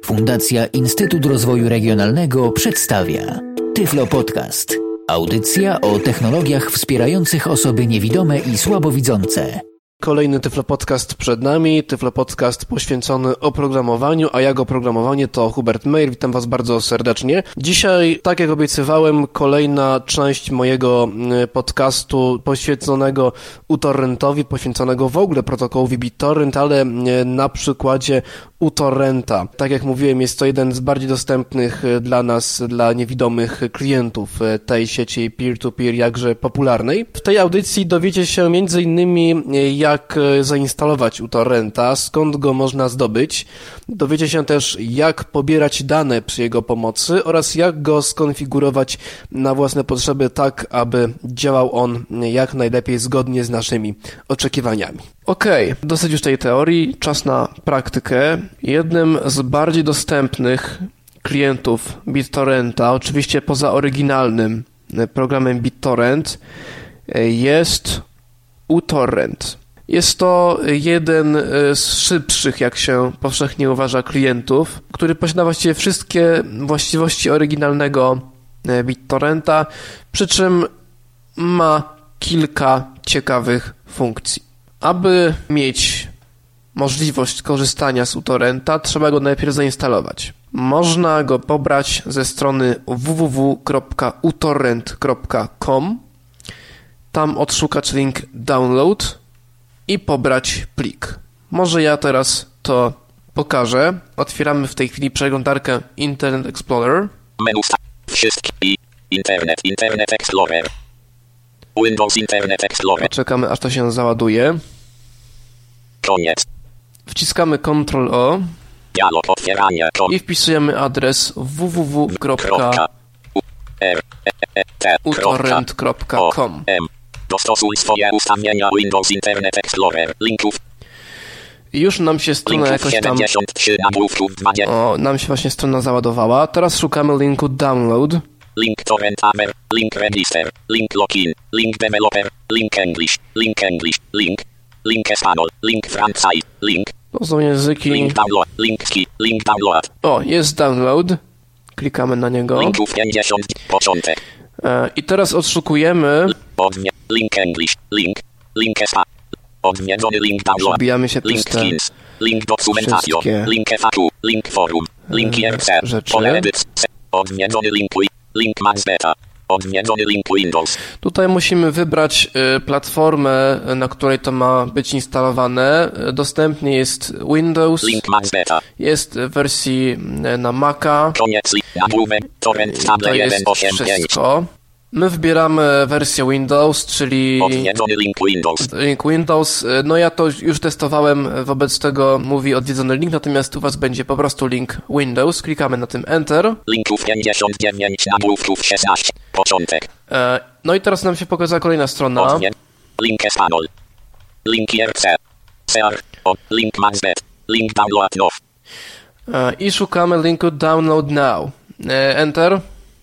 Fundacja Instytut Rozwoju Regionalnego przedstawia Tyflo Podcast. Audycja o technologiach wspierających osoby niewidome i słabowidzące. Kolejny Tyflo Podcast przed nami, Tyflo Podcast poświęcony oprogramowaniu, a jak oprogramowanie to Hubert Meyer, witam Was bardzo serdecznie. Dzisiaj, tak jak obiecywałem, kolejna część mojego podcastu poświęconego uTorrentowi, poświęconego w ogóle protokołowi BitTorrent, ale na przykładzie uTorrenta. Tak jak mówiłem, jest to jeden z bardziej dostępnych dla nas, dla niewidomych klientów tej sieci peer-to-peer, jakże popularnej. W tej audycji dowiecie się m.in. jak zainstalować uTorrenta, skąd go można zdobyć. Dowiecie się też, jak pobierać dane przy jego pomocy oraz jak go skonfigurować na własne potrzeby tak, aby działał on jak najlepiej zgodnie z naszymi oczekiwaniami. Okej, dosyć już tej teorii, czas na praktykę. Jednym z bardziej dostępnych klientów BitTorrenta, oczywiście poza oryginalnym programem BitTorrent, jest uTorrent. Jest to jeden z szybszych, jak się powszechnie uważa, klientów, który posiada właściwie wszystkie właściwości oryginalnego BitTorrenta, przy czym ma kilka ciekawych funkcji. Aby mieć możliwość korzystania z uTorrenta, trzeba go najpierw zainstalować. Można go pobrać ze strony www.utorrent.com, tam odszukać link download i pobrać plik. Może ja teraz to pokażę. Otwieramy w tej chwili przeglądarkę Internet Explorer. Menu wszystkie Internet Explorer. Windows Internet Explorer. Czekamy, aż to się załaduje. Koniec. Wciskamy Ctrl-O. Dialog otwierania. I wpisujemy adres www.utorrent.com. Dostosuj swoje ustawienia Windows Internet Explorer. Linków. I już nam się strona jakoś tam... 73 nagłówków 20. O, nam się właśnie strona załadowała. Teraz szukamy linku download. Link torrent aber, link register, link login, link developer, link English, link Espanol, link franchise, link. To są języki... Link download, link download. O, jest download. Klikamy na niego. Linków 50, początek. I teraz odszukujemy... Link English, link Espanol, odwiedzony link download, Przebijamy się link przez skills, link dokumentacjo, link FAQ, link forum, link IRC, pole edycji, odwiedzony link Max Beta, odwiedzony link Windows. Tutaj musimy wybrać platformę, na której to ma być instalowane. Dostępny jest Windows, link Max Beta. Jest w wersji na Maca. Koniec, nagłówek, torrent, to jest wszystko. My wybieramy wersję Windows, czyli odwiedzony link Windows. No ja to już testowałem, wobec tego mówi odwiedzony link, natomiast u Was będzie po prostu link Windows. Klikamy na tym Enter. Linków 59, nagłówków 16, początek. No i teraz nam się pokazała kolejna strona. Link Espanol, link IRC, link MaxBet, link Download Now. I szukamy linku Download Now. Enter.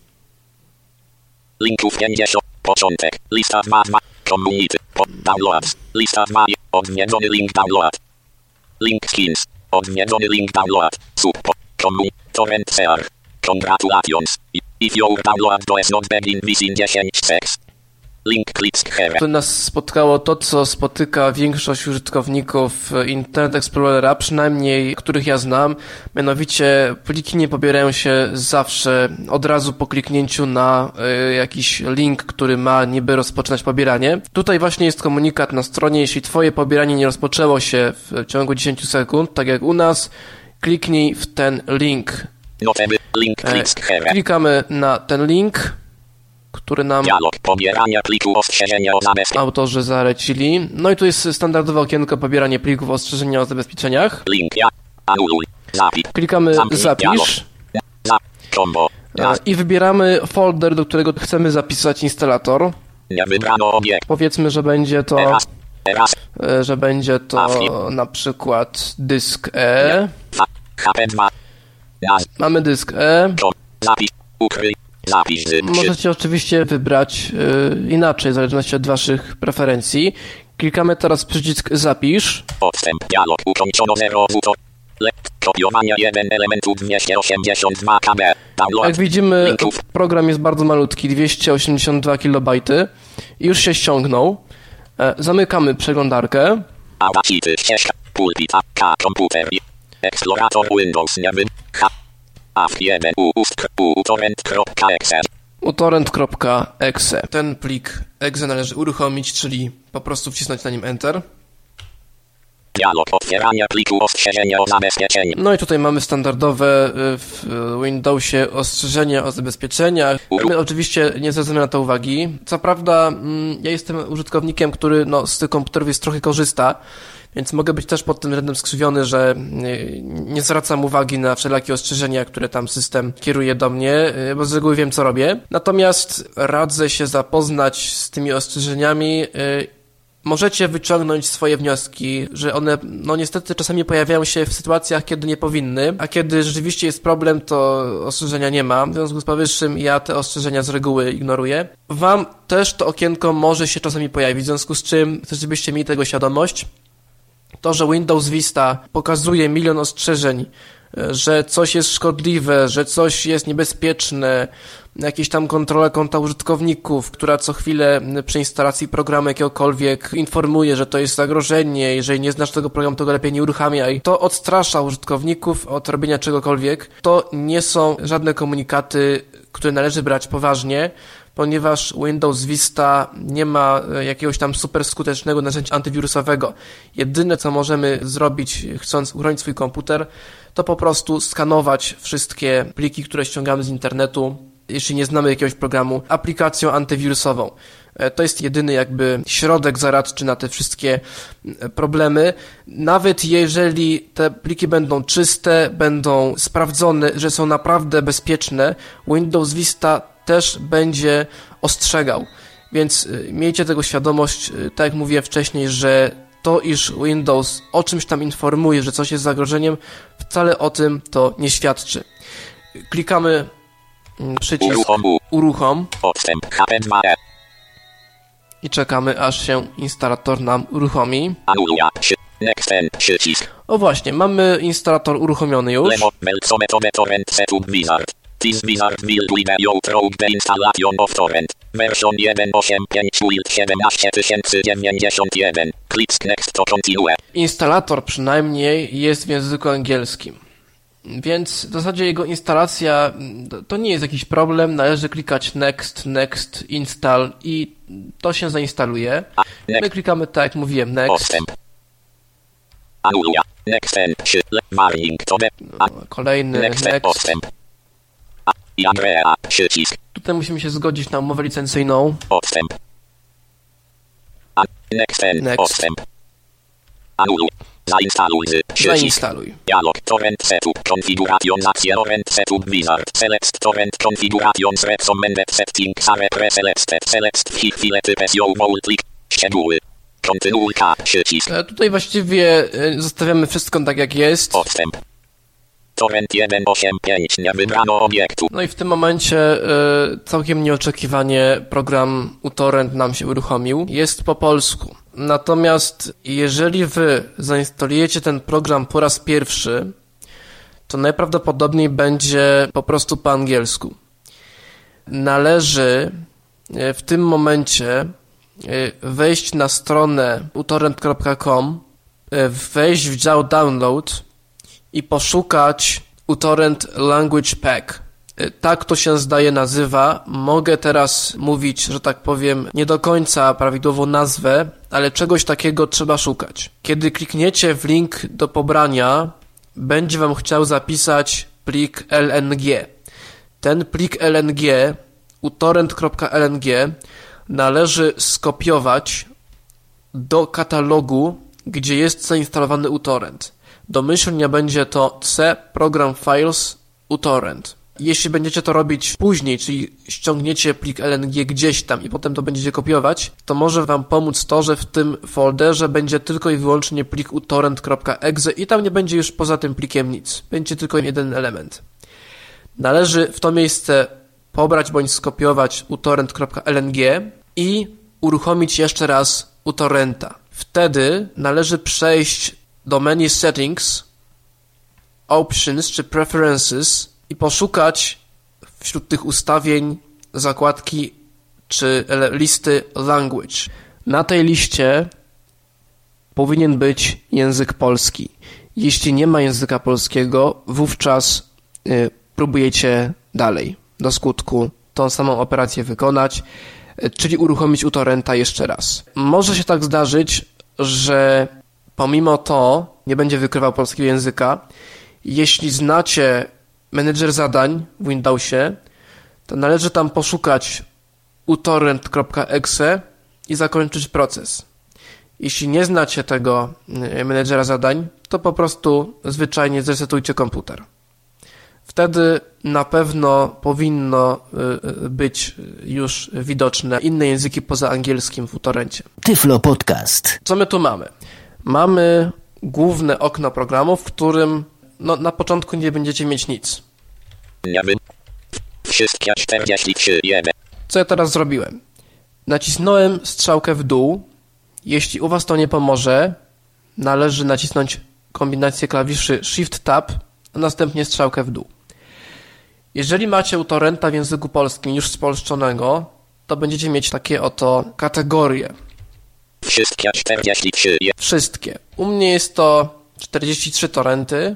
Linków 50, początek, lista 2, community, downloads, lista 2, odwiedzony link download, link skills, odwiedzony link download, torrent share, congratulations, if your download does not begin within 10 seconds. Link click here. Tu nas spotkało to, co spotyka większość użytkowników Internet Explorera, przynajmniej których ja znam, mianowicie pliki nie pobierają się zawsze od razu po kliknięciu na jakiś link, który ma niby rozpoczynać pobieranie. Tutaj właśnie jest komunikat na stronie, jeśli Twoje pobieranie nie rozpoczęło się w ciągu 10 sekund, tak jak u nas, kliknij w ten link. Klikamy na ten link, który nam autorzy zalecili. No i tu jest standardowe okienko pobieranie plików, ostrzeżenia o zabezpieczeniach. Klikamy zapisz i wybieramy folder, do którego chcemy zapisać instalator. Powiedzmy, że będzie to na przykład dysk E. Mamy dysk E. Możecie oczywiście wybrać inaczej, w zależności od Waszych preferencji. Klikamy teraz przycisk Zapisz. Odstęp, dialog, ukończono 0, Kopiowanie 1 elementu 282 KB. Download. Jak widzimy, Linków. program jest bardzo malutki, 282 KB i już się ściągnął. Zamykamy przeglądarkę. Audacity, ścieżka, pulpit, K, komputer, Explorator Windows, nieby, H, AF1, utorrent.exe. utorrent.exe. Ten plik exe należy uruchomić, czyli po prostu wcisnąć na nim Enter. Dialog otwierania pliku, ostrzeżenia o zabezpieczeniu. No i tutaj mamy standardowe w Windowsie ostrzeżenia o zabezpieczeniach. My oczywiście nie zwracamy na to uwagi. Co prawda ja jestem użytkownikiem, który z tych komputerów jest trochę korzysta, więc mogę być też pod tym względem skrzywiony, że nie zwracam uwagi na wszelakie ostrzeżenia, które tam system kieruje do mnie, bo z reguły wiem, co robię. Natomiast radzę się zapoznać z tymi ostrzeżeniami. Możecie wyciągnąć swoje wnioski, że one niestety czasami pojawiają się w sytuacjach, kiedy nie powinny, a kiedy rzeczywiście jest problem, to ostrzeżenia nie ma. W związku z powyższym ja te ostrzeżenia z reguły ignoruję. Wam też to okienko może się czasami pojawić, w związku z czym chcę, żebyście mieli tego świadomość. To, że Windows Vista pokazuje milion ostrzeżeń, że coś jest szkodliwe, że coś jest niebezpieczne, jakieś tam kontrola konta użytkowników, która co chwilę przy instalacji programu jakiegokolwiek informuje, że to jest zagrożenie, jeżeli nie znasz tego programu, to go lepiej nie uruchamiaj. To odstrasza użytkowników od robienia czegokolwiek. To nie są żadne komunikaty, które należy brać poważnie, ponieważ Windows Vista nie ma jakiegoś tam super skutecznego narzędzia antywirusowego. Jedyne, co możemy zrobić, chcąc uchronić swój komputer, to po prostu skanować wszystkie pliki, które ściągamy z internetu, jeśli nie znamy jakiegoś programu, aplikacją antywirusową. To jest jedyny jakby środek zaradczy na te wszystkie problemy. Nawet jeżeli te pliki będą czyste, będą sprawdzone, że są naprawdę bezpieczne, Windows Vista też będzie ostrzegał. Więc miejcie tego świadomość, tak jak mówiłem wcześniej, że to, iż Windows o czymś tam informuje, że coś jest zagrożeniem, wcale o tym to nie świadczy. Klikamy przycisk uruchom i czekamy, aż się instalator nam uruchomi. O właśnie, mamy instalator uruchomiony już. This wizard will deliver you through the installation of torrent. Version 1.8.5.17091. Click next to continue. Instalator przynajmniej jest w języku angielskim. Więc w zasadzie jego instalacja to nie jest jakiś problem. Należy klikać next, install i to się zainstaluje. My klikamy tak jak mówiłem, next. Kolejny next. Tutaj musimy się zgodzić na umowę licencyjną. Next. Zainstaluj. Dialog torrent setup konfiguracjonacja torrent setup wizard select torrent configurations recommended settings are preselected select chwilę types your multi szczegóły. Kontynuuj przycisk. Tutaj właściwie zostawiamy wszystko tak jak jest. Odstęp. Torrent 1.8.5 nie wybrano obiektu. No i w tym momencie całkiem nieoczekiwanie program uTorrent nam się uruchomił. Jest po polsku. Natomiast jeżeli wy zainstalujecie ten program po raz pierwszy, to najprawdopodobniej będzie po prostu po angielsku. Należy w tym momencie wejść na stronę utorrent.com, wejść w dział download i poszukać uTorrent Language Pack. Tak to się zdaje nazywa. Mogę teraz mówić, że tak powiem, nie do końca prawidłową nazwę, ale czegoś takiego trzeba szukać. Kiedy klikniecie w link do pobrania, będzie wam chciał zapisać plik LNG. Ten plik LNG, utorrent.lng, należy skopiować do katalogu, gdzie jest zainstalowany uTorrent. Domyślnie będzie to C Program Files uTorrent. Jeśli będziecie to robić później, czyli ściągniecie plik LNG gdzieś tam i potem to będziecie kopiować, to może wam pomóc to, że w tym folderze będzie tylko i wyłącznie plik utorrent.exe i tam nie będzie już poza tym plikiem nic. Będzie tylko jeden element. Należy w to miejsce pobrać bądź skopiować utorrent.lng i uruchomić jeszcze raz uTorrenta. Wtedy należy przejść do menu Settings Options czy Preferences i poszukać wśród tych ustawień zakładki czy listy Language. Na tej liście powinien być język polski. Jeśli nie ma języka polskiego, wówczas próbujecie dalej, do skutku, tą samą operację wykonać, czyli uruchomić uTorrenta jeszcze raz. Może się tak zdarzyć, że pomimo to nie będzie wykrywał polskiego języka. Jeśli znacie menedżer zadań w Windowsie, to należy tam poszukać utorrent.exe i zakończyć proces. Jeśli nie znacie tego menedżera zadań, to po prostu zwyczajnie zresetujcie komputer. Wtedy na pewno powinno być już widoczne inne języki poza angielskim w uTorrencie. Tyflo Podcast. Co my tu mamy? Mamy główne okno programu, w którym na początku nie będziecie mieć nic. Wszystkie 41. Co ja teraz zrobiłem? Nacisnąłem strzałkę w dół. Jeśli u Was to nie pomoże, należy nacisnąć kombinację klawiszy Shift-Tab, a następnie strzałkę w dół. Jeżeli macie uTorrenta w języku polskim już spolszczonego, to będziecie mieć takie oto kategorie. Wszystkie 43. Wszystkie. U mnie jest to 43 torrenty.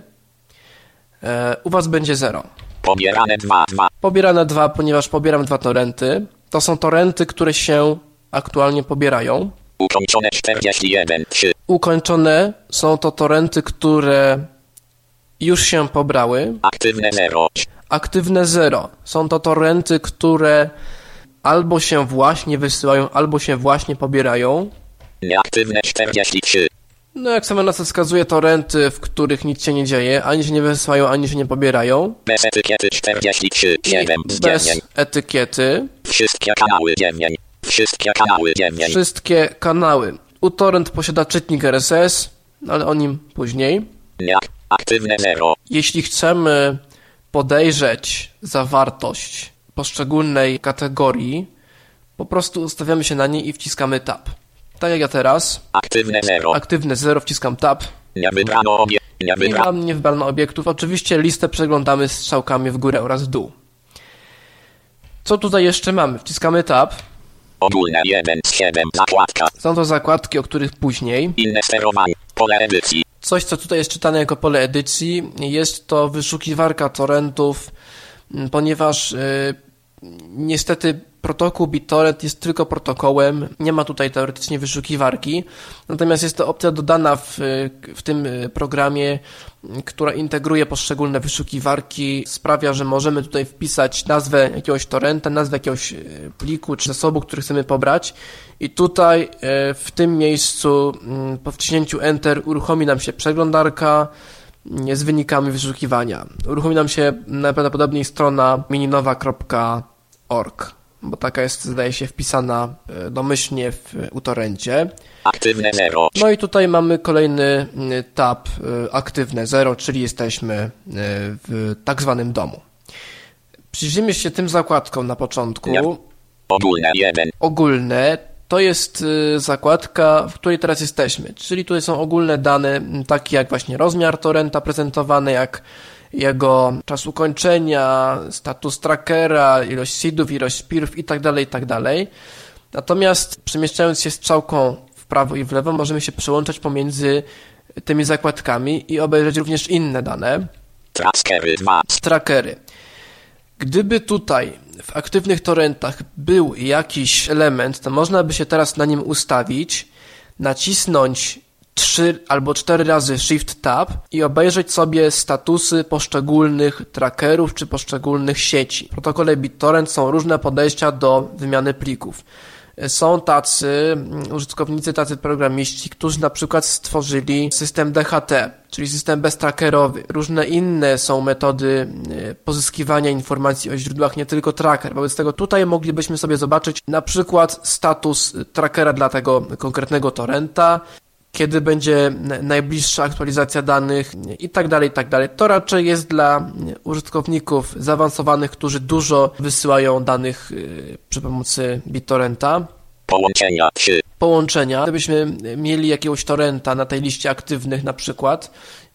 U Was będzie 0. Pobierane 2. Pobierane 2, ponieważ pobieram 2 torrenty. To są torrenty, które się aktualnie pobierają. Ukończone 41. 3. Ukończone są to torrenty, które już się pobrały. Aktywne 0. Aktywne 0. Są to torrenty, które albo się właśnie wysyłają, albo się właśnie pobierają. Nieaktywne 43. No jak sama nazwa wskazuje, torrenty, w których nic się nie dzieje, ani się nie wysyłają, ani się nie pobierają. Bez etykiety 43. 7 z Bez 9. etykiety. Wszystkie kanały 9. Wszystkie kanały 9. Wszystkie kanały. uTorrent posiada czytnik RSS, ale o nim później. Aktywne 0. Jeśli chcemy podejrzeć zawartość poszczególnej kategorii, po prostu ustawiamy się na niej i wciskamy Tab. Tak jak ja teraz. Aktywne 0. Aktywne 0, wciskam Tab. Nie wybrano I mam nie wybrano obiektów. Oczywiście listę przeglądamy strzałkami w górę oraz w dół. Co tutaj jeszcze mamy? Wciskamy Tab. Ogólne 1 z 7. Zakładka. Są to zakładki, o których później. Inne sterowanie. Pole edycji. Coś, co tutaj jest czytane jako pole edycji, jest to wyszukiwarka torrentów, ponieważ niestety protokół BitTorrent jest tylko protokołem, nie ma tutaj teoretycznie wyszukiwarki, natomiast jest to opcja dodana w tym programie, która integruje poszczególne wyszukiwarki, sprawia, że możemy tutaj wpisać nazwę jakiegoś torrenta, nazwę jakiegoś pliku czy zasobu, który chcemy pobrać i tutaj w tym miejscu po wciśnięciu Enter uruchomi nam się przeglądarka z wynikami wyszukiwania. Uruchomi nam się najprawdopodobniej strona mininowa.org, bo taka jest, zdaje się, wpisana domyślnie w uTorrencie. Aktywne 0. No i tutaj mamy kolejny tab aktywne 0, czyli jesteśmy w tak zwanym domu. Przyjrzyjmy się tym zakładkom na początku. Ogólne 1. Ogólne to jest zakładka, w której teraz jesteśmy, czyli tutaj są ogólne dane, takie jak właśnie rozmiar torrenta prezentowany, jak jego czas ukończenia, status trackera, ilość seedów, ilość spirów itd., itd. Natomiast przemieszczając się strzałką w prawo i w lewo możemy się przełączać pomiędzy tymi zakładkami i obejrzeć również inne dane. Trackery. Gdyby tutaj w aktywnych torrentach był jakiś element, to można by się teraz na nim ustawić, nacisnąć 3 albo 4 razy Shift-Tab i obejrzeć sobie statusy poszczególnych trackerów czy poszczególnych sieci. W protokole BitTorrent są różne podejścia do wymiany plików. Są tacy użytkownicy, tacy programiści, którzy na przykład stworzyli system DHT, czyli system beztrackerowy. Różne inne są metody pozyskiwania informacji o źródłach, nie tylko tracker. Wobec tego tutaj moglibyśmy sobie zobaczyć na przykład status trackera dla tego konkretnego torrenta, kiedy będzie najbliższa aktualizacja danych i tak dalej, i tak dalej. To raczej jest dla użytkowników zaawansowanych, którzy dużo wysyłają danych przy pomocy BitTorrenta. Połączenia 3. Połączenia. Gdybyśmy mieli jakiegoś torrenta na tej liście aktywnych na przykład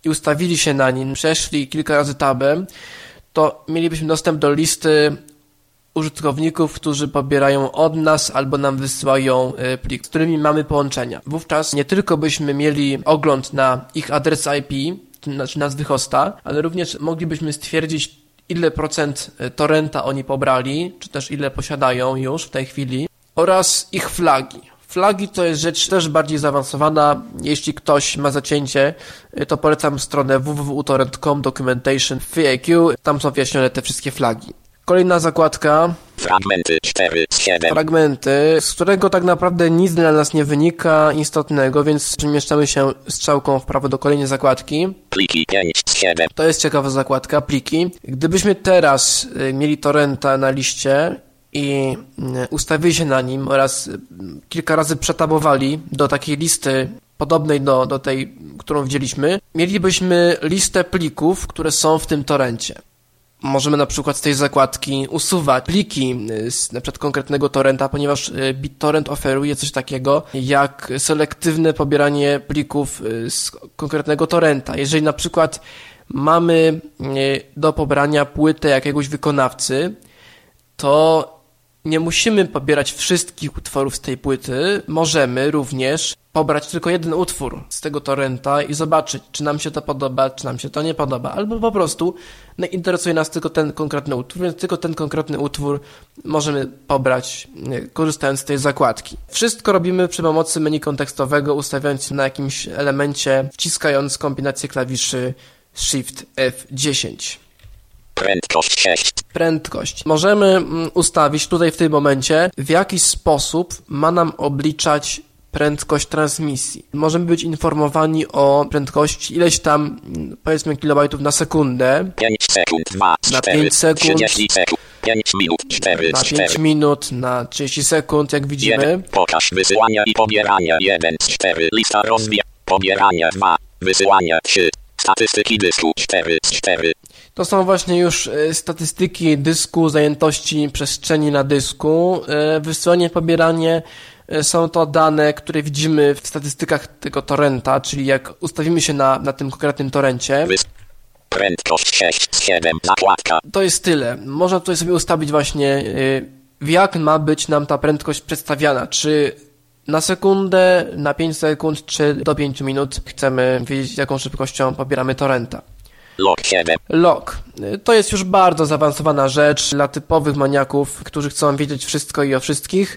i ustawili się na nim, przeszli kilka razy tabem, to mielibyśmy dostęp do listy użytkowników, którzy pobierają od nas albo nam wysyłają plik, z którymi mamy połączenia. Wówczas nie tylko byśmy mieli ogląd na ich adres IP, znaczy nazwy hosta, ale również moglibyśmy stwierdzić, ile procent torrenta oni pobrali, czy też ile posiadają już w tej chwili, oraz ich flagi. Flagi to jest rzecz też bardziej zaawansowana. Jeśli ktoś ma zacięcie, to polecam stronę www.torrent.com documentation FAQ. Tam są wyjaśnione te wszystkie flagi. Kolejna zakładka. Fragmenty 4 z 7. Fragmenty, z którego tak naprawdę nic dla nas nie wynika istotnego, więc przemieszczamy się strzałką w prawo do kolejnej zakładki. Pliki 5 z 7. To jest ciekawa zakładka, pliki. Gdybyśmy teraz mieli torrenta na liście i ustawili się na nim oraz kilka razy przetabowali do takiej listy podobnej do tej, którą widzieliśmy, mielibyśmy listę plików, które są w tym torrencie. Możemy na przykład z tej zakładki usuwać pliki z na przykład konkretnego torrenta, ponieważ BitTorrent oferuje coś takiego jak selektywne pobieranie plików z konkretnego torrenta. Jeżeli na przykład mamy do pobrania płytę jakiegoś wykonawcy, to nie musimy pobierać wszystkich utworów z tej płyty, możemy również pobrać tylko jeden utwór z tego torrenta i zobaczyć, czy nam się to podoba, czy nam się to nie podoba, albo po prostu interesuje nas tylko ten konkretny utwór, więc tylko ten konkretny utwór możemy pobrać, korzystając z tej zakładki. Wszystko robimy przy pomocy menu kontekstowego, ustawiając na jakimś elemencie, wciskając kombinację klawiszy Shift F10. Prędkość 6. Prędkość. Możemy ustawić tutaj w tym momencie, w jaki sposób ma nam obliczać prędkość transmisji. Możemy być informowani o prędkości ileś tam, powiedzmy, kilobajtów na sekundę. 5 sekund, 2, 4, na 5 sekund, 30 sekund, 5 minut, 4, na 5 minut, na 30 sekund, jak widzimy. 1. Pokaż wysyłania i pobierania 1 z 4. Lista rozwija. Pobierania 2. Wysyłania 3. Statystyki dysku 4 z 4. To są właśnie już statystyki dysku, zajętości przestrzeni na dysku. Wysyłanie, pobieranie są to dane, które widzimy w statystykach tego torrenta, czyli jak ustawimy się na tym konkretnym torrencie. Prędkość 6 z 7, zakładka. To jest tyle. Można tutaj sobie ustawić właśnie, jak ma być nam ta prędkość przedstawiana. Czy na sekundę, na 5 sekund, czy do 5 minut. Chcemy wiedzieć, jaką szybkością pobieramy torrenta. Log 7. Log. To jest już bardzo zaawansowana rzecz dla typowych maniaków, którzy chcą wiedzieć wszystko i o wszystkich.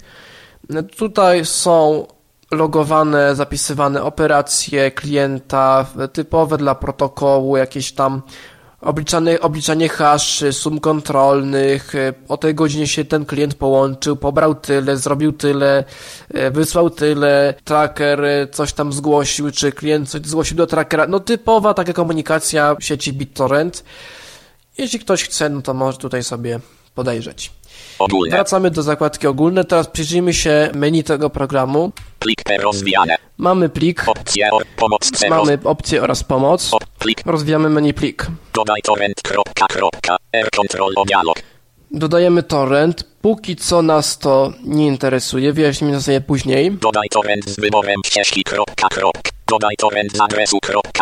Tutaj są logowane, zapisywane operacje klienta, typowe dla protokołu, jakieś tam obliczanie haszy, sum kontrolnych, o tej godzinie się ten klient połączył, pobrał tyle, zrobił tyle, wysłał tyle, tracker coś tam zgłosił, czy klient coś zgłosił do trackera, no typowa taka komunikacja w sieci BitTorrent. Jeśli ktoś chce, no to może tutaj sobie podejrzeć. Ogólne. Wracamy do zakładki ogólne, teraz przyjrzyjmy się menu tego programu. Plik rozwijane. Mamy plik, Opcje pomoc. mamy opcję oraz pomoc. Plik. Rozwijamy menu plik. Dodaj torrent. R-control dialog. Dodajemy torrent. Póki co nas to nie interesuje, wyjaśnimy to sobie później. Dodaj torrent z wyborem ścieżki. Dodaj torrent z adresu.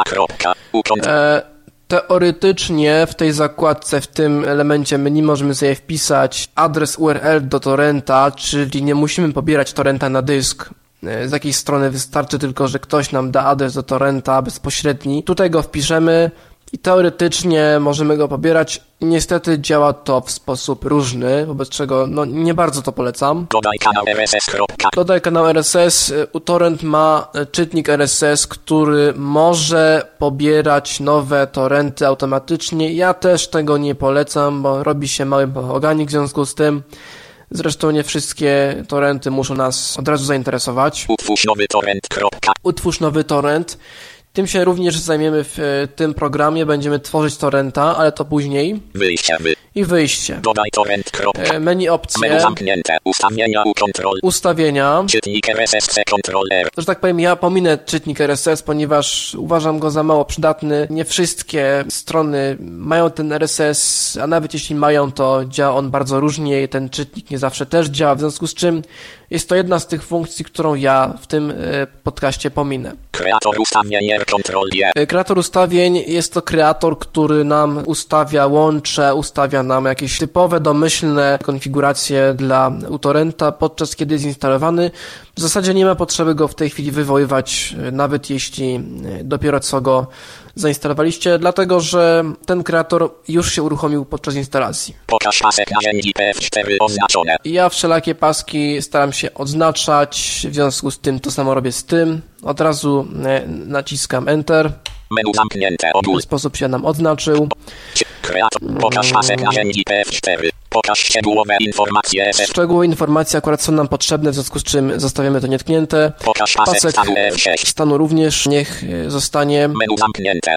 Teoretycznie w tej zakładce, w tym elemencie menu możemy sobie wpisać adres URL do torrenta, czyli nie musimy pobierać torrenta na dysk. Z jakiej strony wystarczy tylko, że ktoś nam da adres do torrenta bezpośredni. Tutaj go wpiszemy i teoretycznie możemy go pobierać. Niestety działa to w sposób różny, wobec czego no, nie bardzo to polecam. Dodaj kanał RSS. Dodaj kanał RSS. Torrent ma czytnik RSS, który może pobierać nowe torrenty automatycznie. Ja też tego nie polecam, bo robi się mały bałaгаnik w związku z tym. Zresztą nie wszystkie torrenty muszą nas od razu zainteresować. Utwórz nowy torrent. Utwórz nowy torrent. Tym się również zajmiemy w tym programie. Będziemy tworzyć torrenta, ale to później. Wyjście. I wyjście. Dodaj torrent. Menu opcje. Menu zamknięte. Ustawienia kontrol. Ustawienia. Czytnik RSS Ctrl R. Że tak powiem, ja pominę czytnik RSS, ponieważ uważam go za mało przydatny. Nie wszystkie strony mają ten RSS, a nawet jeśli mają, to działa on bardzo różnie i ten czytnik nie zawsze też działa, w związku z czym Jest to jedna z tych funkcji, którą ja w tym podcaście pominę. Kreator ustawień kontroluje. Kreator ustawień jest to kreator, który nam ustawia łącze, ustawia nam jakieś typowe, domyślne konfiguracje dla uTorrenta, podczas kiedy jest instalowany. W zasadzie nie ma potrzeby go w tej chwili wywoływać, nawet jeśli dopiero co go zainstalowaliście, dlatego że ten kreator już się uruchomił podczas instalacji. Pokaż pasek narzędzi PF4 oznaczone. Ja wszelakie paski staram się odznaczać, w związku z tym to samo robię z tym. Od razu naciskam Enter. Menu zamknięte. W ten sposób się nam odznaczył. Kreator. Pokaż pasek narzędzi PF4. Pokaż szczegółowe informacje. Szczegółowe informacje akurat są nam potrzebne, w związku z czym zostawiamy to nietknięte. Pokaż pasek stanu F6. Stanu również niech zostanie. Menu zamknięte.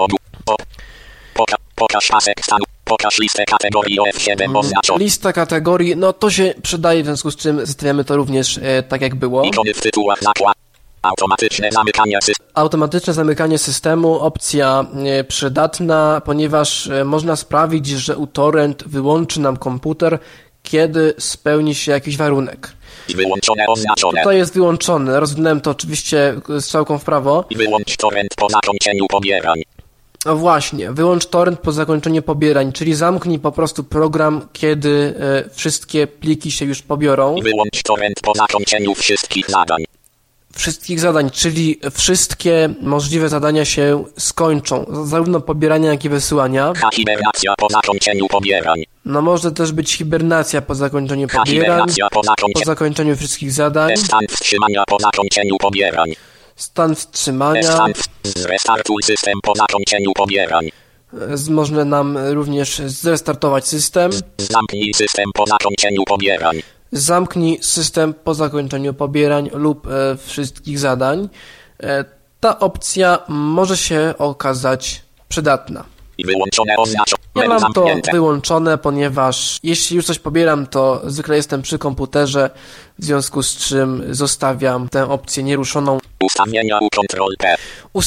Pokaż pasek stanu. Pokaż listę kategorii F7 oznaczoną. Lista kategorii, no to się przydaje, w związku z czym zostawiamy to również tak jak było. Ikony w tytułach zakład. Automatyczne zamykanie systemu. Automatyczne zamykanie systemu, opcja przydatna, ponieważ można sprawić, że uTorrent wyłączy nam komputer, kiedy spełni się jakiś warunek. Wyłączone oznaczone. To jest wyłączone. Rozwinąłem to oczywiście strzałką w prawo. Wyłącz torrent po zakończeniu pobierań. No właśnie, wyłącz torrent po zakończeniu pobierań, czyli zamknij po prostu program, kiedy wszystkie pliki się już pobiorą. Wyłącz torrent po zakończeniu wszystkich zadań. Wszystkich zadań, czyli wszystkie możliwe zadania się skończą, zarówno pobierania, jak i wysyłania. Hibernacja po zakończeniu pobierań. No może też być hibernacja po zakończeniu pobierań, po zakończeniu wszystkich zadań. Stan wstrzymania po zakończeniu pobierań. Stan wstrzymania. Zrestartuj system po zakończeniu pobierań. Można nam również zrestartować system. Zamknij system po zakończeniu pobierań. Zamknij system po zakończeniu pobierań lub wszystkich zadań. Ta opcja może się okazać przydatna. Wyłączone oznaczone. Ja mam to wyłączone, ponieważ jeśli już coś pobieram, to zwykle jestem przy komputerze, w związku z czym zostawiam tę opcję nieruszoną. Ustawienia u Ctrl+P.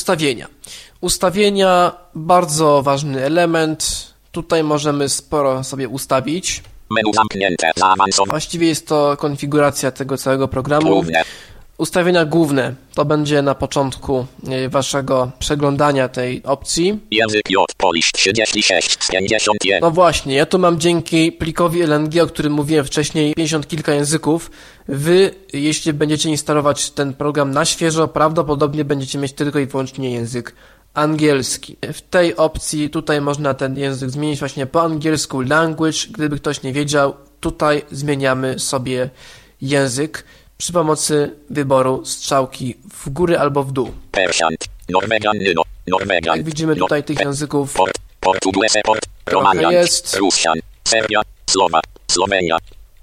Ustawienia, bardzo ważny element. Tutaj możemy sporo sobie ustawić. Menu zamknięte, zaawansowane. Właściwie jest to konfiguracja tego całego programu. Główne. Ustawienia główne. To będzie na początku waszego przeglądania tej opcji. Język J, Polish 36 z 51. No właśnie, ja tu mam dzięki plikowi LNG, o którym mówiłem wcześniej, 50 kilka języków. Wy, jeśli będziecie instalować ten program na świeżo, prawdopodobnie będziecie mieć tylko i wyłącznie język angielski. W tej opcji tutaj można ten język zmienić właśnie po angielsku language. Gdyby ktoś nie wiedział, tutaj zmieniamy sobie język przy pomocy wyboru strzałki w górę albo w dół. Persian, Norwegian, Norwegian. Jak widzimy tutaj tych języków Portuguese, Romanian, Rusian, Serbia, Słowenia,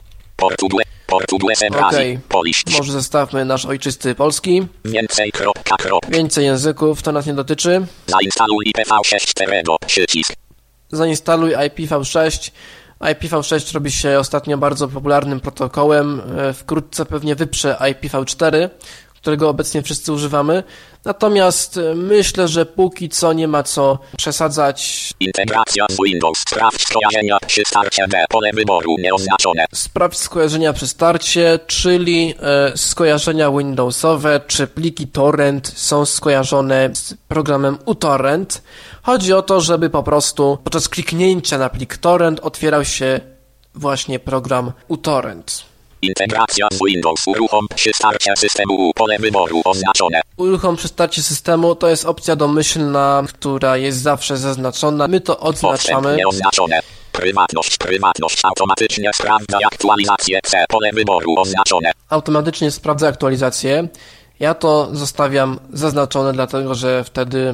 Portuguese, Brazil, Polish. Może zostawmy nasz ojczysty polski. Więcej języków, to nas nie dotyczy. Zainstaluj IPv6 przycisk. Zainstaluj IPv6. IPv6 robi się ostatnio bardzo popularnym protokołem. Wkrótce pewnie wyprze IPv4, którego obecnie wszyscy używamy. Natomiast myślę, że póki co nie ma co przesadzać. Integracja z Windows. Sprawdź skojarzenia przy starcie D. Pole wyboru nieoznaczone. Sprawdź skojarzenia przy starcie, czyli skojarzenia Windowsowe, czy pliki torrent są skojarzone z programem uTorrent. Chodzi o to, żeby po prostu podczas kliknięcia na plik torrent otwierał się właśnie program uTorrent. Integracja z Windows. Uruchom przy starcie systemu. Pole wyboru oznaczone. Uruchom przy starcie systemu to jest opcja domyślna, która jest zawsze zaznaczona. My to odznaczamy. Nieoznaczone. Prywatność. Automatycznie sprawdza aktualizację C. Pole wyboru oznaczone. Automatycznie sprawdza aktualizację. Ja to zostawiam zaznaczone, dlatego że wtedy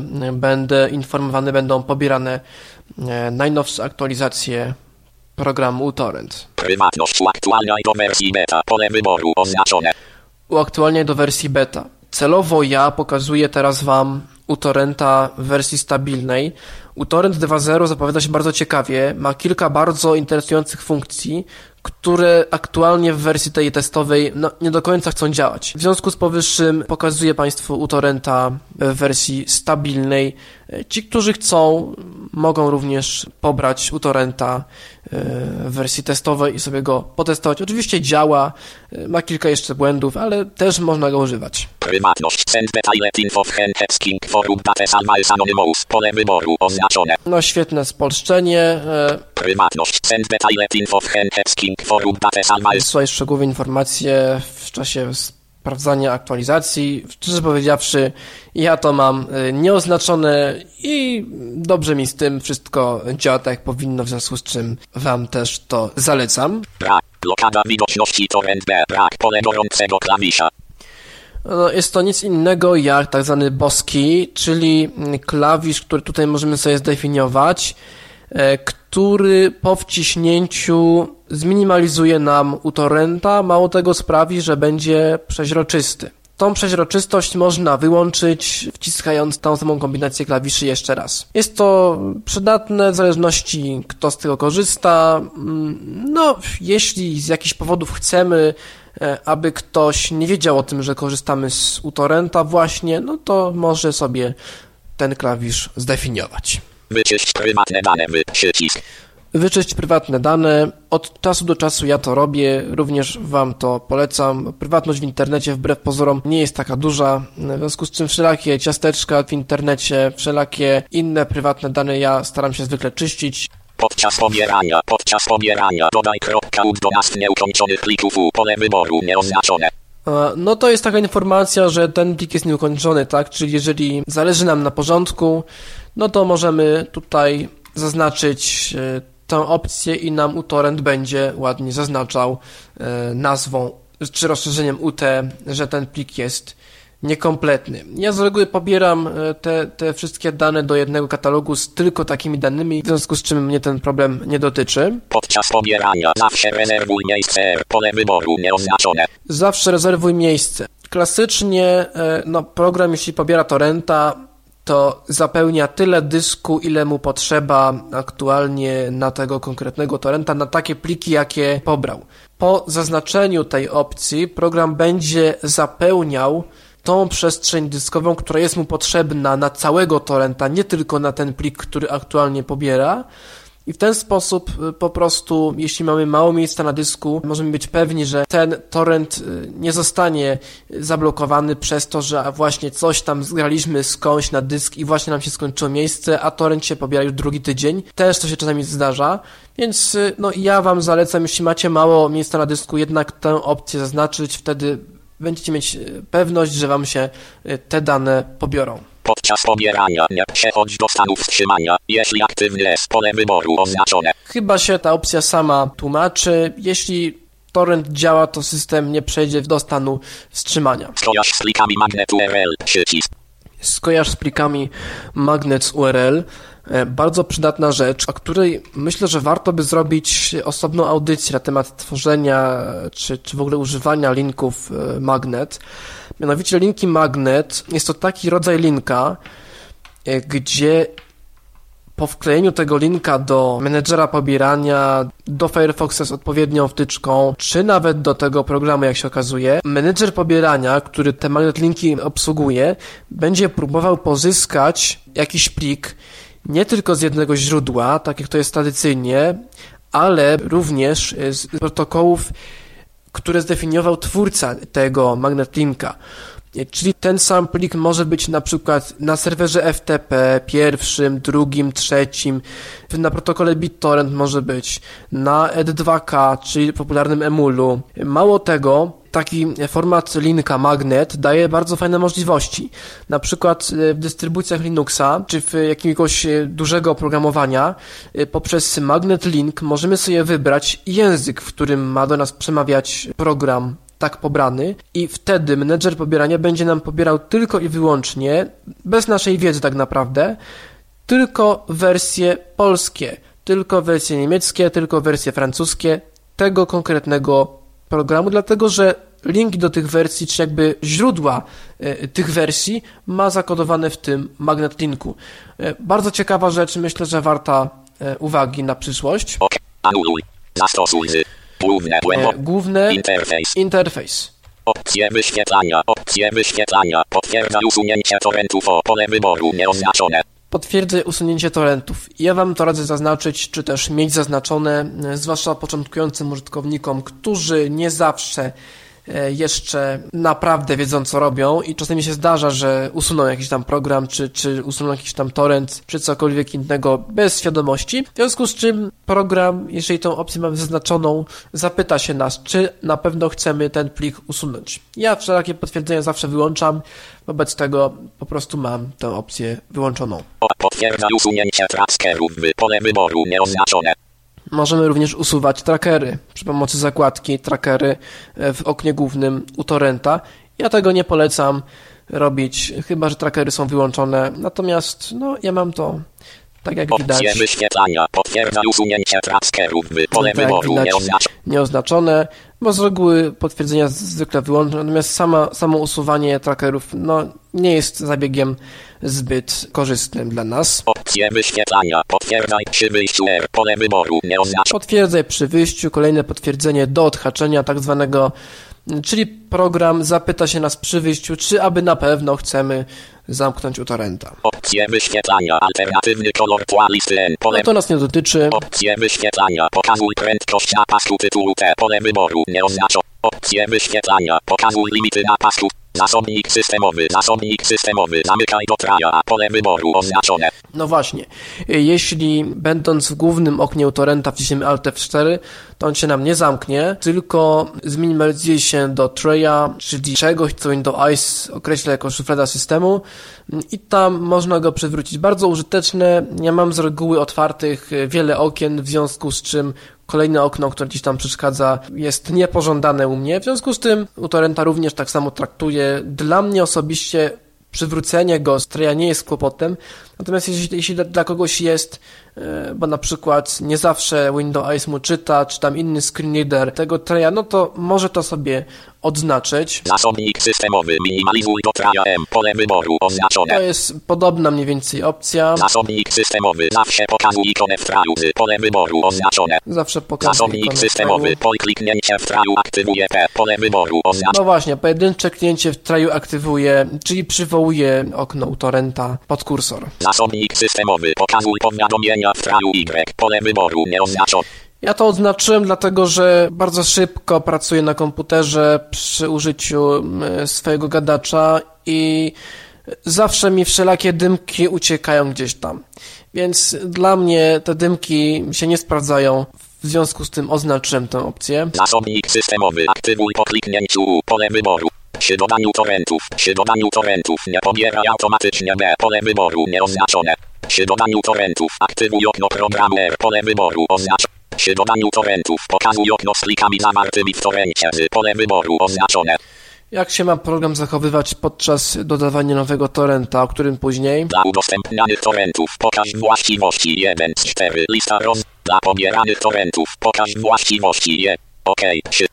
będą pobierane najnowsze aktualizacje programu uTorrent. Prywatność. Uaktualniaj do wersji beta. Pole wyboru oznaczone. Uaktualniaj do wersji beta. Celowo ja pokazuję teraz Wam uTorrenta w wersji stabilnej. uTorrent 2.0 zapowiada się bardzo ciekawie. Ma kilka bardzo interesujących funkcji, które aktualnie w wersji tej testowej nie do końca chcą działać. W związku z powyższym pokazuję Państwu uTorrenta w wersji stabilnej. Ci, którzy chcą, mogą również pobrać uTorrenta w wersji testowej i sobie go potestować. Oczywiście działa, ma kilka jeszcze błędów, ale też można go używać. Prywatność. Send detailed info w King forum dates always anonymous. Pole wyboru oznaczone. No świetne spolszczenie. Prywatność. Send detailed info w King forum dates always. Wysyłaj szczegółowe informacje w czasie sprawdzania aktualizacji. Szczerze powiedziawszy, ja to mam nieoznaczone i dobrze mi z tym wszystko działa tak jak powinno, w związku z czym wam też to zalecam. Brak. Blokada widoczności torrent B. Brak pole gorącego klawisza. No, jest to nic innego jak tak zwany boski, czyli klawisz, który tutaj możemy sobie zdefiniować, który po wciśnięciu zminimalizuje nam uTorrenta, mało tego sprawi, że będzie przeźroczysty. Tą przeźroczystość można wyłączyć, wciskając tą samą kombinację klawiszy jeszcze raz. Jest to przydatne w zależności kto z tego korzysta. No, jeśli z jakichś powodów chcemy, aby ktoś nie wiedział o tym, że korzystamy z uTorrenta właśnie, no to może sobie ten klawisz zdefiniować. Wyczyść prywatne dane, przycisk. Wyczyść prywatne dane. Od czasu do czasu ja to robię, również wam to polecam. Prywatność w internecie wbrew pozorom nie jest taka duża, w związku z czym wszelakie ciasteczka w internecie, wszelakie inne prywatne dane ja staram się zwykle czyścić. Podczas pobierania dodaj .ud do nazw nieukończonych plików pole wyboru nieoznaczone. No to jest taka informacja, że ten plik jest nieukończony, tak? Czyli jeżeli zależy nam na porządku, no to możemy tutaj zaznaczyć tę opcję i nam uTorrent będzie ładnie zaznaczał nazwą czy rozszerzeniem UT, że ten plik jest niekompletny. Ja z reguły pobieram te wszystkie dane do jednego katalogu z tylko takimi danymi, w związku z czym mnie ten problem nie dotyczy. Podczas pobierania zawsze rezerwuj miejsce, pole wyboru nieoznaczone. Zawsze rezerwuj miejsce. Klasycznie program, jeśli pobiera torrenta, to zapełnia tyle dysku, ile mu potrzeba aktualnie na tego konkretnego torrenta, na takie pliki, jakie pobrał. Po zaznaczeniu tej opcji program będzie zapełniał tą przestrzeń dyskową, która jest mu potrzebna na całego torrenta, nie tylko na ten plik, który aktualnie pobiera. I w ten sposób po prostu, jeśli mamy mało miejsca na dysku, możemy być pewni, że ten torrent nie zostanie zablokowany przez to, że właśnie coś tam zgraliśmy skądś na dysk i właśnie nam się skończyło miejsce, a torrent się pobiera już drugi tydzień. Też to się czasami zdarza, więc ja wam zalecam, jeśli macie mało miejsca na dysku, jednak tę opcję zaznaczyć, wtedy będziecie mieć pewność, że wam się te dane pobiorą. Podczas pobierania nie przechodź do stanu wstrzymania, jeśli aktywny jest pole wyboru oznaczone. Chyba się ta opcja sama tłumaczy. Jeśli torrent działa, to system nie przejdzie do stanu wstrzymania. Skojarz z plikami magnet URL, przycisk. Skojarz z plikami magnet URL. Bardzo przydatna rzecz, o której myślę, że warto by zrobić osobną audycję na temat tworzenia czy w ogóle używania linków magnet. Mianowicie linki magnet jest to taki rodzaj linka, gdzie po wklejeniu tego linka do menedżera pobierania, do Firefoxa z odpowiednią wtyczką, czy nawet do tego programu, jak się okazuje, menedżer pobierania, który te magnet linki obsługuje, będzie próbował pozyskać jakiś plik nie tylko z jednego źródła, tak jak to jest tradycyjnie, ale również z protokołów, które zdefiniował twórca tego magnet linka. Czyli ten sam plik może być na przykład na serwerze FTP, pierwszym, drugim, trzecim, na protokole BitTorrent może być, na ED2K, czyli popularnym Emulu. Mało tego, taki format linka magnet daje bardzo fajne możliwości. Na przykład w dystrybucjach Linuxa, czy w jakiegoś dużego oprogramowania, poprzez magnet link możemy sobie wybrać język, w którym ma do nas przemawiać program tak pobrany i wtedy menedżer pobierania będzie nam pobierał tylko i wyłącznie, bez naszej wiedzy tak naprawdę, tylko wersje polskie, tylko wersje niemieckie, tylko wersje francuskie tego konkretnego programu, dlatego że linki do tych wersji, czy jakby źródła tych wersji ma zakodowane w tym magnet linku. Bardzo ciekawa rzecz, myślę, że warta uwagi na przyszłość. Anuluj. Zastosuj z. Główne interfejs. Opcje wyświetlania. Potwierdza usunięcie torrentów o pole wyboru nieoznaczone. Potwierdzaj usunięcie torrentów. Ja Wam to radzę zaznaczyć, czy też mieć zaznaczone, zwłaszcza początkującym użytkownikom, którzy nie zawsze jeszcze naprawdę wiedzą, co robią i czasami się zdarza, że usuną jakiś tam program, czy usuną jakiś tam torrent, czy cokolwiek innego bez świadomości. W związku z czym program, jeżeli tą opcję mamy zaznaczoną, zapyta się nas, czy na pewno chcemy ten plik usunąć. Ja wszelakie potwierdzenia zawsze wyłączam, wobec tego po prostu mam tę opcję wyłączoną. Potwierdza usunięcie trackerów, pole wyboru nieoznaczone. Możemy również usuwać trackery przy pomocy zakładki trackery w oknie głównym u torrenta. Ja tego nie polecam robić, chyba że trackery są wyłączone. Natomiast ja mam to tak jak widać. Opcje wyświetlania potwierdza usunięcie trackerów, pole wyboru nieoznaczone, bo z reguły potwierdzenia zwykle wyłączone, natomiast samo usuwanie trackerów nie jest zabiegiem zbyt korzystnym dla nas. Opcje wyświetlania potwierdzaj przy wyjściu pole wyboru nieoznaczone. Potwierdzaj przy wyjściu, kolejne potwierdzenie do odhaczenia tak zwanego, czyli program zapyta się nas przy wyjściu, czy aby na pewno chcemy zamknąć u torrenta. Opcje wyświetlania alternatywny kolor tła listy N. To nas nie dotyczy. Opcje wyświetlania pokazuj prędkość napastu tytułu T. Pole wyboru nieoznaczone. Opcje wyświetlania pokazuj limity napastu. Zasobnik systemowy, zamykaj do traja, pole wyboru oznaczone. No właśnie, jeśli będąc w głównym oknie u torrenta wciśniemy Alt F4, to on się nam nie zamknie, tylko zminimalizuje się do traya, czyli czegoś, co Windows określa jako szuflada systemu i tam można go przywrócić. Bardzo użyteczne, ja mam z reguły otwartych wiele okien, w związku z czym kolejne okno, które gdzieś tam przeszkadza, jest niepożądane u mnie. W związku z tym u torrenta również tak samo traktuję. Dla mnie osobiście przywrócenie go z traya nie jest kłopotem. Natomiast jeśli dla kogoś jest, bo na przykład nie zawsze Windows mu czyta, czy tam inny screenreader tego traya, to może to sobie odznaczyć. Zasobnik systemowy, minimalizuj do traya M, pole wyboru oznaczone. To jest podobna mniej więcej opcja. Zasobnik systemowy, zawsze pokazuj ikonę w traju, pole wyboru oznaczone. Zawsze pokazuj Zasobnik systemowy, po kliknięcie w traju aktywuje P, pole wyboru oznaczone. No właśnie, pojedyncze kliknięcie w traju aktywuje, czyli przywołuje okno u torrenta pod kursor. Zasobnik systemowy, pokazuj powiadomienia w traju Y, pole wyboru nieoznaczone. Ja to odznaczyłem dlatego, że bardzo szybko pracuję na komputerze przy użyciu swojego gadacza i zawsze mi wszelakie dymki uciekają gdzieś tam. Więc dla mnie te dymki się nie sprawdzają. W związku z tym oznaczyłem tę opcję. Zasobnik systemowy, aktywuj po kliknięciu pole wyboru. Przy dodaniu torrentów nie pobieraj automatycznie B, pole wyboru nieoznaczone. Przy dodaniu torrentów aktywuj okno programu R, pole wyboru oznaczone. Przy dodaniu torrentów pokazuj okno z plikami zawartymi w torrencie, pole wyboru oznaczone. Jak się ma program zachowywać podczas dodawania nowego torrenta, o którym później? Dla udostępnianych torrentów pokaż właściwości 1 z 4, lista Dla pobieranych torrentów pokaż właściwości OK.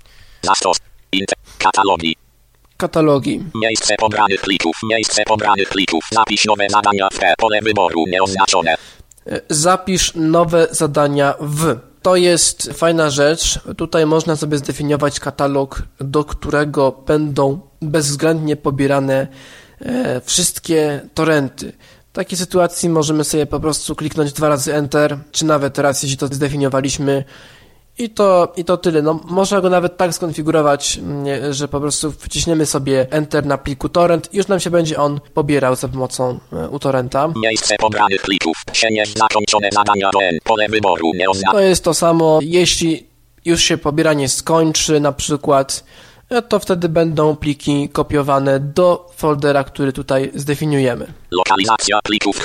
Katalogi. Miejsce pobranych plików. Zapisz nowe zadania w pole wyboru nieoznaczone. Zapisz nowe zadania w. To jest fajna rzecz. Tutaj można sobie zdefiniować katalog, do którego będą bezwzględnie pobierane wszystkie torrenty. W takiej sytuacji możemy sobie po prostu kliknąć 2 razy Enter, czy nawet raz, jeśli to zdefiniowaliśmy. I to tyle. Można go nawet tak skonfigurować, że po prostu wciśniemy sobie Enter na pliku torrent i już nam się będzie on pobierał za pomocą uTorrenta. Miejsce pobranych plików. Przenieść zakończone zadania do N. Pole wyboru To jest to samo. Jeśli już się pobieranie skończy na przykład, to wtedy będą pliki kopiowane do foldera, który tutaj zdefiniujemy. Lokalizacja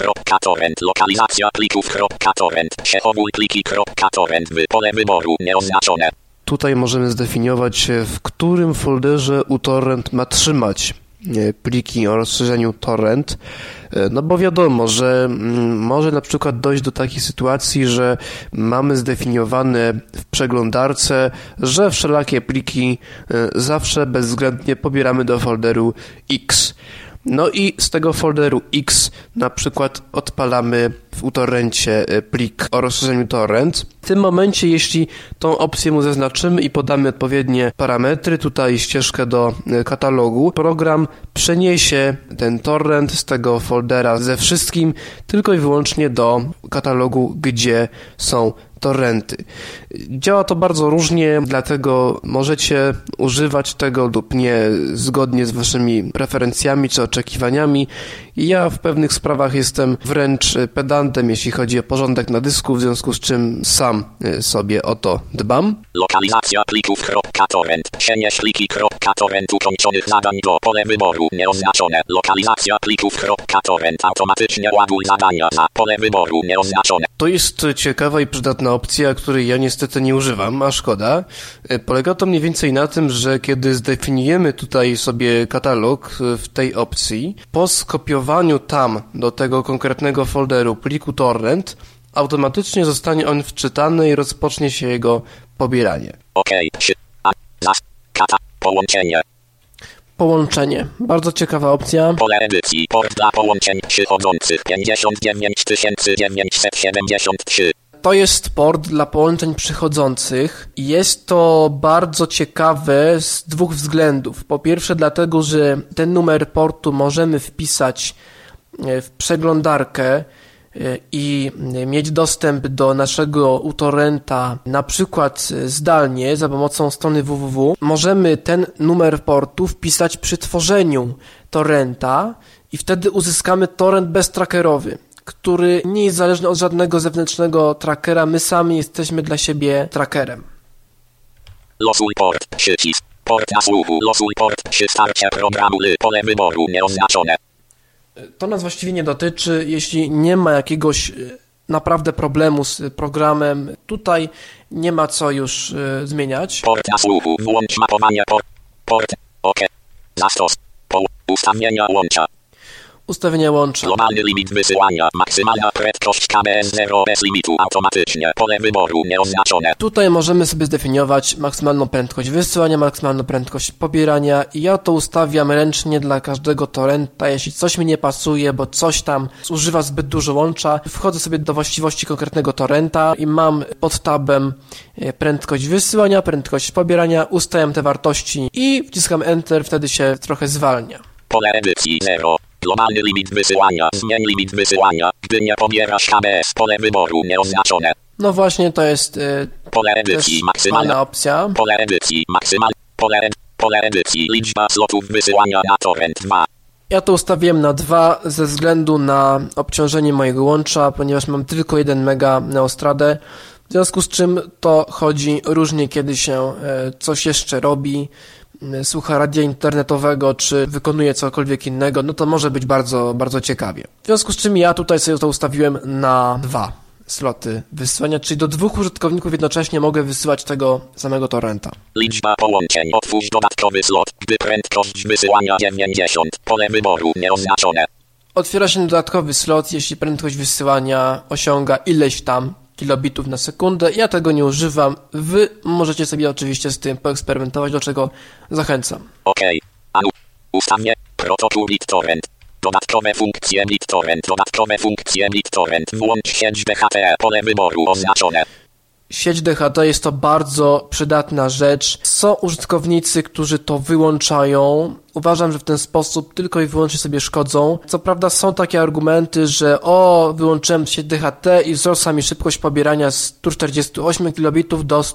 plików.torrent. Przechowuj pliki.torrent. Pole wyboru nieoznaczone. Tutaj możemy zdefiniować, w którym folderze uTorrent ma trzymać pliki o rozszerzeniu torrent, bo wiadomo, że może na przykład dojść do takiej sytuacji, że mamy zdefiniowane w przeglądarce, że wszelakie pliki zawsze bezwzględnie pobieramy do folderu X. No i z tego folderu X na przykład odpalamy w utorrencie plik o rozszerzeniu torrent. W tym momencie, jeśli tą opcję mu zaznaczymy i podamy odpowiednie parametry, tutaj ścieżkę do katalogu, program przeniesie ten torrent z tego foldera ze wszystkim tylko i wyłącznie do katalogu, gdzie są torrenty. Działa to bardzo różnie, dlatego możecie używać tego lub nie zgodnie z waszymi preferencjami czy oczekiwaniami. Ja w pewnych sprawach jestem wręcz pedantem, jeśli chodzi o porządek na dysku, w związku z czym sam sobie o to dbam. Lokalizacja plików .torrent. Przenieś pliki .torrent ukończonych zadań do pole wyboru nieoznaczone. Lokalizacja plików .torrent. Automatycznie ładuj zadania za pole wyboru nieoznaczone. To jest ciekawa i przydatna opcja, której ja niestety nie używam, a szkoda. Polega to mniej więcej na tym, że kiedy zdefiniujemy tutaj sobie katalog w tej opcji, po skopiowaniu tam do tego konkretnego folderu pliku torrent, automatycznie zostanie on wczytany i rozpocznie się jego pobieranie. Połączenie. Połączenie. Bardzo ciekawa opcja. Pole edycji. Port dla połączeń przychodzących 59973. To jest port dla połączeń przychodzących. Jest to bardzo ciekawe z dwóch względów. Po pierwsze dlatego, że ten numer portu możemy wpisać w przeglądarkę i mieć dostęp do naszego utorrenta na przykład zdalnie za pomocą strony www. Możemy ten numer portu wpisać przy tworzeniu torrenta i wtedy uzyskamy torrent beztrackerowy, który nie jest zależny od żadnego zewnętrznego trackera. My sami jesteśmy dla siebie trackerem. Losuj port, przycisk, port na słuchu, losuj port, przy starcie programu pole wyboru nieoznaczone. To nas właściwie nie dotyczy, jeśli nie ma jakiegoś naprawdę problemu z programem. Tutaj nie ma co już zmieniać. Port na słuchu, włącz mapowanie port, OK, zastos, ustawienia łącza. Ustawienia łącza. Globalny limit wysyłania. Maksymalna prędkość KBS 0 bez limitu. Automatycznie. Pole wyboru nieoznaczone. Tutaj możemy sobie zdefiniować maksymalną prędkość wysyłania, maksymalną prędkość pobierania i ja to ustawiam ręcznie dla każdego torrenta. Jeśli coś mi nie pasuje, bo coś tam zużywa zbyt dużo łącza, wchodzę sobie do właściwości konkretnego torrenta i mam pod tabem prędkość wysyłania, prędkość pobierania, ustawiam te wartości i wciskam Enter, wtedy się trochę zwalnia. Pole edycji 0. Globalny limit wysyłania. Zmień limit wysyłania, gdy nie pobierasz KBS. Pole wyboru nieoznaczone. No właśnie, to jest pole edycji maksymalna opcja. Pole edycji maksymalna. Pole edycji liczba slotów wysyłania na torrent 2. Ja to ustawiłem na 2 ze względu na obciążenie mojego łącza, ponieważ mam tylko 1 mega Neostradę. W związku z czym to chodzi różnie, kiedy się coś jeszcze robi, słucha radia internetowego, czy wykonuje cokolwiek innego, no to może być bardzo, bardzo ciekawie. W związku z czym ja tutaj sobie to ustawiłem na 2 sloty wysyłania, czyli do 2 użytkowników jednocześnie mogę wysyłać tego samego torrenta. Liczba połączeń. Otwórz dodatkowy slot, gdy prędkość wysyłania 90. Pole wyboru nieoznaczone. Otwiera się dodatkowy slot, jeśli prędkość wysyłania osiąga ileś tam kilobitów na sekundę. Ja tego nie używam. Wy możecie sobie oczywiście z tym poeksperymentować, do czego zachęcam. OK. Ustawię protokół BitTorrent. Dodatkowe funkcje BitTorrent. Dodatkowe funkcje BitTorrent. Włącz sieć DHT. Pole wyboru oznaczone. Sieć DHT jest to bardzo przydatna rzecz. Są użytkownicy, którzy to wyłączają. Uważam, że w ten sposób tylko i wyłącznie sobie szkodzą. Co prawda są takie argumenty, że wyłączyłem sieć DHT i wzrosła mi szybkość pobierania z 148 kilobitów do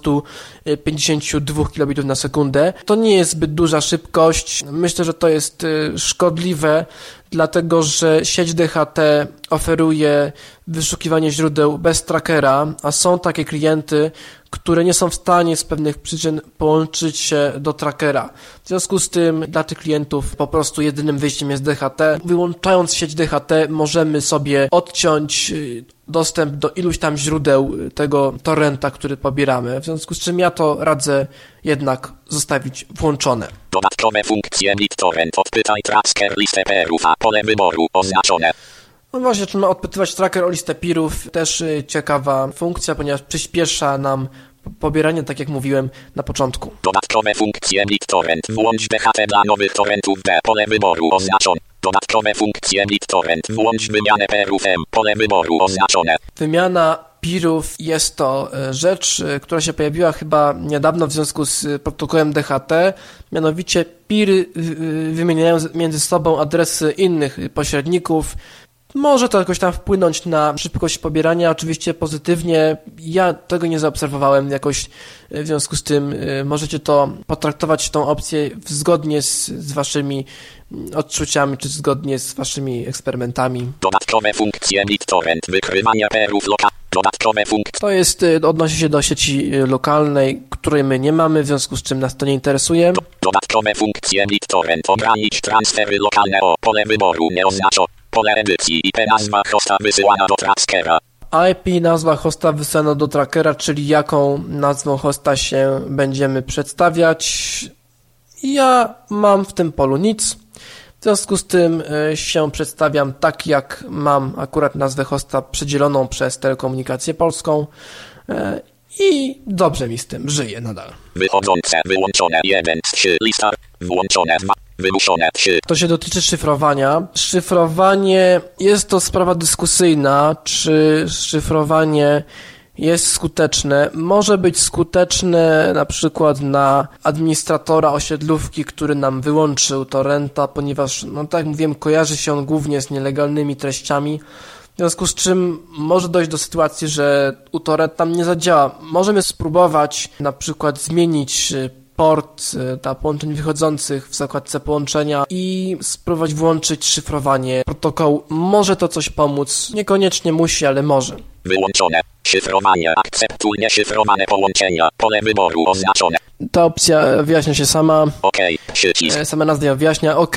152 kilobitów na sekundę. To nie jest zbyt duża szybkość. Myślę, że to jest szkodliwe, dlatego że sieć DHT oferuje wyszukiwanie źródeł bez trackera, a są takie klienty, które nie są w stanie z pewnych przyczyn połączyć się do trackera. W związku z tym dla tych klientów po prostu jedynym wyjściem jest DHT. Wyłączając sieć DHT możemy sobie odciąć dostęp do iluś tam źródeł tego torrenta, który pobieramy. W związku z czym ja to radzę jednak zostawić włączone. Dodatkowe funkcje BitTorrent. Odpytaj tracker listę peerów, a pole wyboru oznaczone. No właśnie, trzeba odpytywać tracker o listę peerów. Też ciekawa funkcja, ponieważ przyspiesza nam pobieranie, tak jak mówiłem na początku. Dodatkowe funkcje BitTorrent. Włącz DHT dla nowych torrentów D. Pole wyboru oznaczone. Dodatkowe funkcje BitTorrent. Włącz wymianę peerów M. Pole wyboru oznaczone. Wymiana peerów jest to rzecz, która się pojawiła chyba niedawno w związku z protokołem DHT. Mianowicie peery wymieniają między sobą adresy innych pośredników. Może to jakoś tam wpłynąć na szybkość pobierania, oczywiście pozytywnie. Ja tego nie zaobserwowałem jakoś, w związku z tym możecie to potraktować tą opcję zgodnie z waszymi odczuciami, czy zgodnie z waszymi eksperymentami. Dodatkowe funkcje BitTorrent. Wykrywanie peerów Dodatkowe funkcje. To jest, odnosi się do sieci lokalnej, której my nie mamy, w związku z czym nas to nie interesuje. Dodatkowe funkcje BitTorrent. Ogranicz transfery lokalne o pole wyboru nieoznaczone. Pole edycji IP nazwa hosta wysyłana do trackera. IP nazwa hosta wysyłana do trackera, czyli jaką nazwą hosta się będziemy przedstawiać. Ja mam w tym polu nic. W związku z tym się przedstawiam tak, jak mam akurat nazwę hosta przydzieloną przez Telekomunikację Polską i dobrze mi z tym, żyję nadal. Wychodzące, wyłączone 1 z 3 lista, włączone 2, wymuszone 3. To się dotyczy szyfrowania. Szyfrowanie jest to sprawa dyskusyjna, czy szyfrowanie jest skuteczne. Może być skuteczne na przykład na administratora osiedlówki, który nam wyłączył torrenta, ponieważ, no tak jak mówiłem, kojarzy się on głównie z nielegalnymi treściami, w związku z czym może dojść do sytuacji, że uTorrent tam nie zadziała. Możemy spróbować na przykład zmienić port połączeń wychodzących w zakładce połączenia i spróbować włączyć szyfrowanie protokołu. Może to coś pomóc, niekoniecznie musi, ale może. Wyłączone. Szyfrowanie. Akceptuj nieszyfrowane połączenia. Pole wyboru oznaczone. Ta opcja wyjaśnia się sama. OK. Przycisk. Sama nazwa wyjaśnia OK.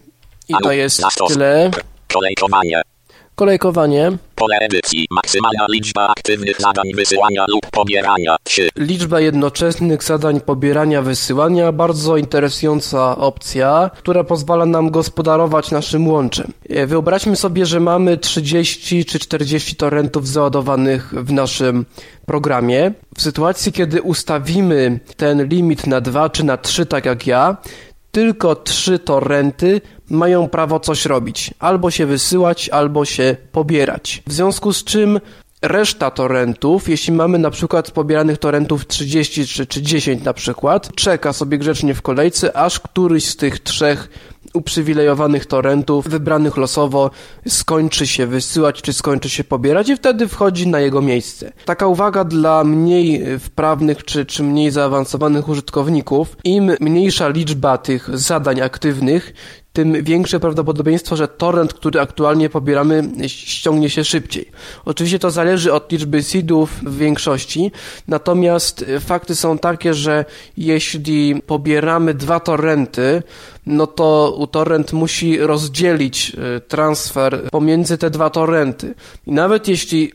I to jest tyle. Kolejkowanie. Kolejkowanie. Pole edycji. Maksymalna liczba aktywnych zadań wysyłania lub pobierania. 3. Liczba jednoczesnych zadań pobierania, wysyłania. Bardzo interesująca opcja, która pozwala nam gospodarować naszym łączem. Wyobraźmy sobie, że mamy 30 czy 40 torrentów załadowanych w naszym programie. W sytuacji, kiedy ustawimy ten limit na 2 czy na 3, tak jak ja, tylko 3 torrenty mają prawo coś robić. Albo się wysyłać, albo się pobierać. W związku z czym reszta torrentów, jeśli mamy na przykład pobieranych torrentów 30 czy 10 na przykład, czeka sobie grzecznie w kolejce, aż któryś z tych 3 uprzywilejowanych torrentów, wybranych losowo, skończy się wysyłać, czy skończy się pobierać i wtedy wchodzi na jego miejsce. Taka uwaga dla mniej wprawnych, czy mniej zaawansowanych użytkowników. Im mniejsza liczba tych zadań aktywnych, tym większe prawdopodobieństwo, że torrent, który aktualnie pobieramy, ściągnie się szybciej. Oczywiście to zależy od liczby seedów w większości, natomiast fakty są takie, że jeśli pobieramy 2 torrenty, no to uTorrent musi rozdzielić transfer pomiędzy te 2 torrenty. I nawet jeśli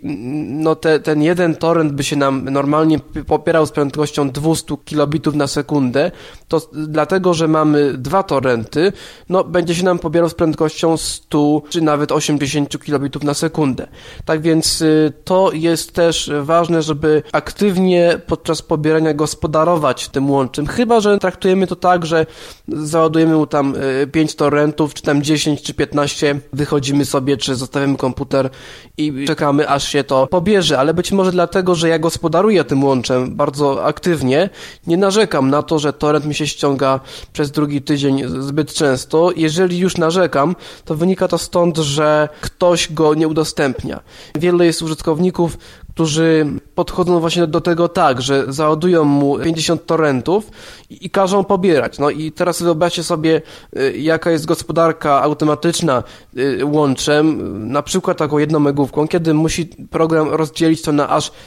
ten jeden torrent by się nam normalnie popierał z prędkością 200 kilobitów na sekundę, to dlatego, że mamy 2 torrenty, będzie się nam pobierał z prędkością 100 czy nawet 80 kilobitów na sekundę. Tak więc to jest też ważne, żeby aktywnie podczas pobierania gospodarować tym łączem. Chyba że traktujemy to tak, że załadujemy mu tam 5 torrentów, czy tam 10 czy 15, wychodzimy sobie, czy zostawiamy komputer i czekamy, aż się to pobierze, ale być może dlatego, że ja gospodaruję tym łączem bardzo aktywnie, nie narzekam na to, że torrent mi się ściąga przez drugi tydzień zbyt często. Jeżeli już narzekam, to wynika to stąd, że ktoś go nie udostępnia. Wielu jest użytkowników, którzy podchodzą właśnie do tego tak, że załadują mu 50 torrentów i każą pobierać. No i teraz wyobraźcie sobie, jaka jest gospodarka automatyczna łączem, na przykład taką 1 megówką, kiedy musi program rozdzielić to na aż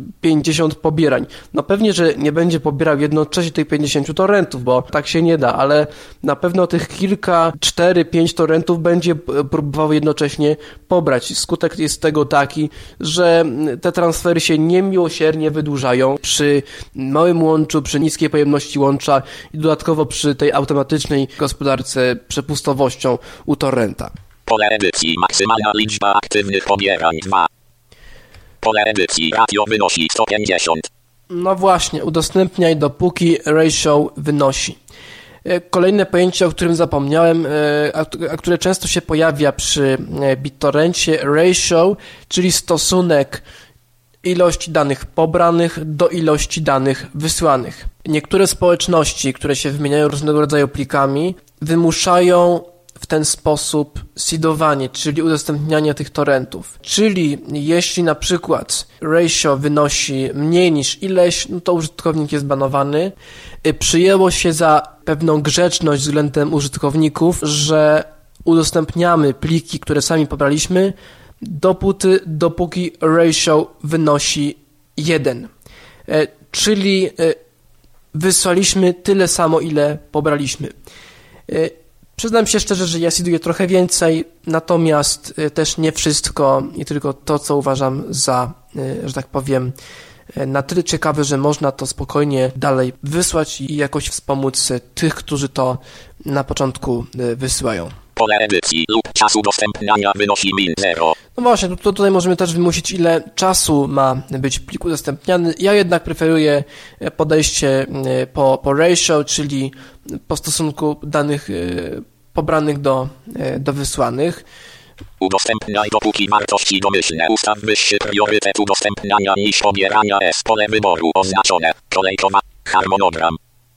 50 pobierań. No pewnie, że nie będzie pobierał jednocześnie tych 50 torrentów, bo tak się nie da, ale na pewno tych kilka, 4-5 torrentów będzie próbował jednocześnie pobrać. Skutek jest tego taki, że te transfery się niemiłosiernie wydłużają przy małym łączu, przy niskiej pojemności łącza i dodatkowo przy tej automatycznej gospodarce przepustowością uTorrenta. Pole edycji. Maksymalna liczba aktywnych pobierań 2. Pole edycji. Ratio wynosi 150. No właśnie, udostępniaj dopóki ratio wynosi. Kolejne pojęcie, o którym zapomniałem, a które często się pojawia przy BitTorrencie, ratio, czyli stosunek ilości danych pobranych do ilości danych wysłanych. Niektóre społeczności, które się wymieniają różnego rodzaju plikami, wymuszają w ten sposób seedowanie, czyli udostępnianie tych torrentów. Czyli jeśli na przykład ratio wynosi mniej niż ileś, no to użytkownik jest banowany. Przyjęło się za pewną grzeczność względem użytkowników, że udostępniamy pliki, które sami pobraliśmy, dopóki ratio wynosi 1. Czyli wysłaliśmy tyle samo, ile pobraliśmy. Przyznam się szczerze, że ja seeduję trochę więcej, natomiast też nie wszystko i tylko to, co uważam za, że tak powiem, na tyle ciekawe, że można to spokojnie dalej wysłać i jakoś wspomóc tych, którzy to na początku wysyłają. Pole edycji lub czasu udostępniania wynosi min 0. No właśnie, tutaj możemy też wymusić, ile czasu ma być plik udostępniany. Ja jednak preferuję podejście po ratio, czyli po stosunku danych pobranych do wysłanych. Udostępniaj dopóki wartości domyślne. Ustaw wyższy priorytet udostępniania niż pobierania S. Pole wyboru oznaczone. Kolejkowa. Harmonogram.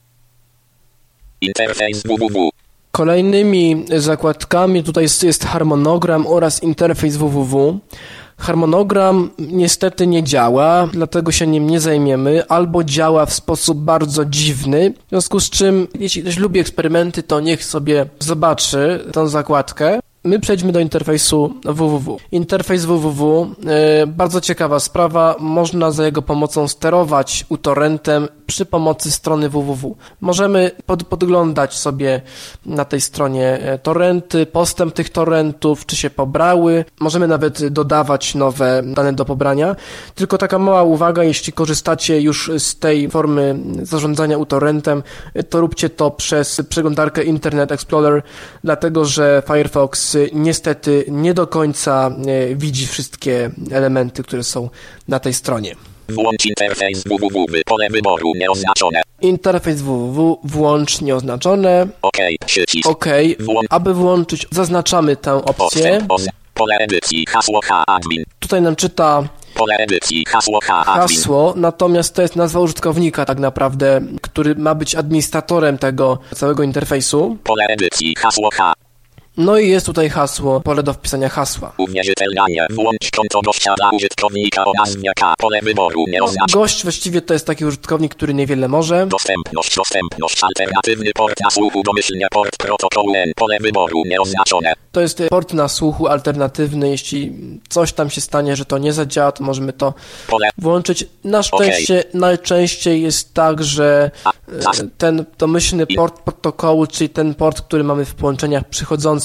Interfejs www. Kolejnymi zakładkami tutaj jest harmonogram oraz interfejs www. Harmonogram niestety nie działa, dlatego się nim nie zajmiemy, albo działa w sposób bardzo dziwny, w związku z czym, jeśli ktoś lubi eksperymenty, to niech sobie zobaczy tę zakładkę. My przejdźmy do interfejsu www. Interfejs www, bardzo ciekawa sprawa, można za jego pomocą sterować uTorrentem przy pomocy strony www. Możemy podglądać sobie na tej stronie torrenty, postęp tych torrentów, czy się pobrały, możemy nawet dodawać nowe dane do pobrania, tylko taka mała uwaga, jeśli korzystacie już z tej formy zarządzania uTorrentem, to róbcie to przez przeglądarkę Internet Explorer, dlatego że Firefox niestety nie do końca widzi wszystkie elementy, które są na tej stronie. Włącz interfejs www, pole wyboru nieoznaczone. Interfejs www, włącz nieoznaczone. Przycisk. OK. Aby włączyć, zaznaczamy tę opcję. Pole edycji, hasło admin. Tutaj nam czyta pole edycji, hasło, natomiast to jest nazwa użytkownika tak naprawdę, który ma być administratorem tego całego interfejsu. Pole edycji, hasło No i jest tutaj hasło, pole do wpisania hasła. Uwierzytelnianie. Włącz konto gościa dla użytkownika o nazwie K. Pole wyboru nieoznaczone. Gość właściwie to jest taki użytkownik, który niewiele może. Dostępność. Alternatywny port na słuchu domyślnie port protokołu N. Pole wyboru nieoznaczone. To jest port na słuchu alternatywny. Jeśli coś tam się stanie, że to nie zadziała, to możemy to włączyć. Na szczęście najczęściej jest tak, że ten domyślny port protokołu, czyli ten port, który mamy w połączeniach przychodzących,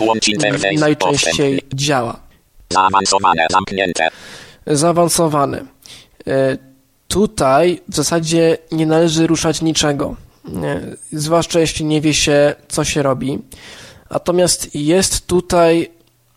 najczęściej działa. Zaawansowane, zamknięte. Zaawansowane. Tutaj w zasadzie nie należy ruszać niczego, zwłaszcza jeśli nie wie się, co się robi. Natomiast jest tutaj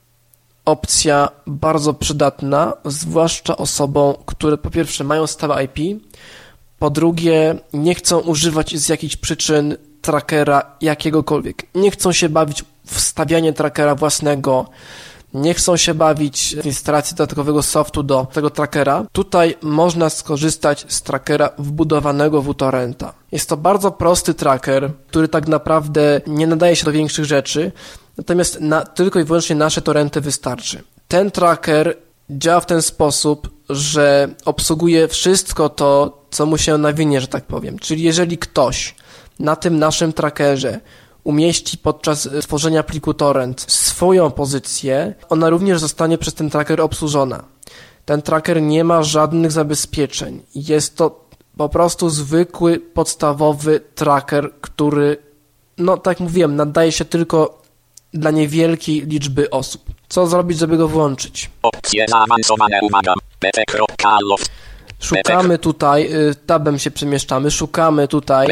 opcja bardzo przydatna, zwłaszcza osobom, które po pierwsze mają stałe IP, po drugie nie chcą używać z jakichś przyczyn trackera jakiegokolwiek. Nie chcą się bawić w wstawianie trackera własnego, nie chcą się bawić w instalacji dodatkowego softu do tego trackera. Tutaj można skorzystać z trackera wbudowanego w uTorrenta. Jest to bardzo prosty tracker, który tak naprawdę nie nadaje się do większych rzeczy, natomiast tylko i wyłącznie nasze torrenty wystarczy. Ten tracker działa w ten sposób, że obsługuje wszystko to, co mu się nawinie, że tak powiem. Czyli jeżeli ktoś na tym naszym trackerze umieści podczas tworzenia pliku torrent swoją pozycję, ona również zostanie przez ten tracker obsłużona. Ten tracker nie ma żadnych zabezpieczeń. Jest to po prostu zwykły, podstawowy tracker, który, no tak jak mówiłem, nadaje się tylko dla niewielkiej liczby osób. Co zrobić, żeby go włączyć? Opcje zaawansowane, uwaga, pt.allof. Szukamy tutaj, tabem się przemieszczamy, szukamy tutaj.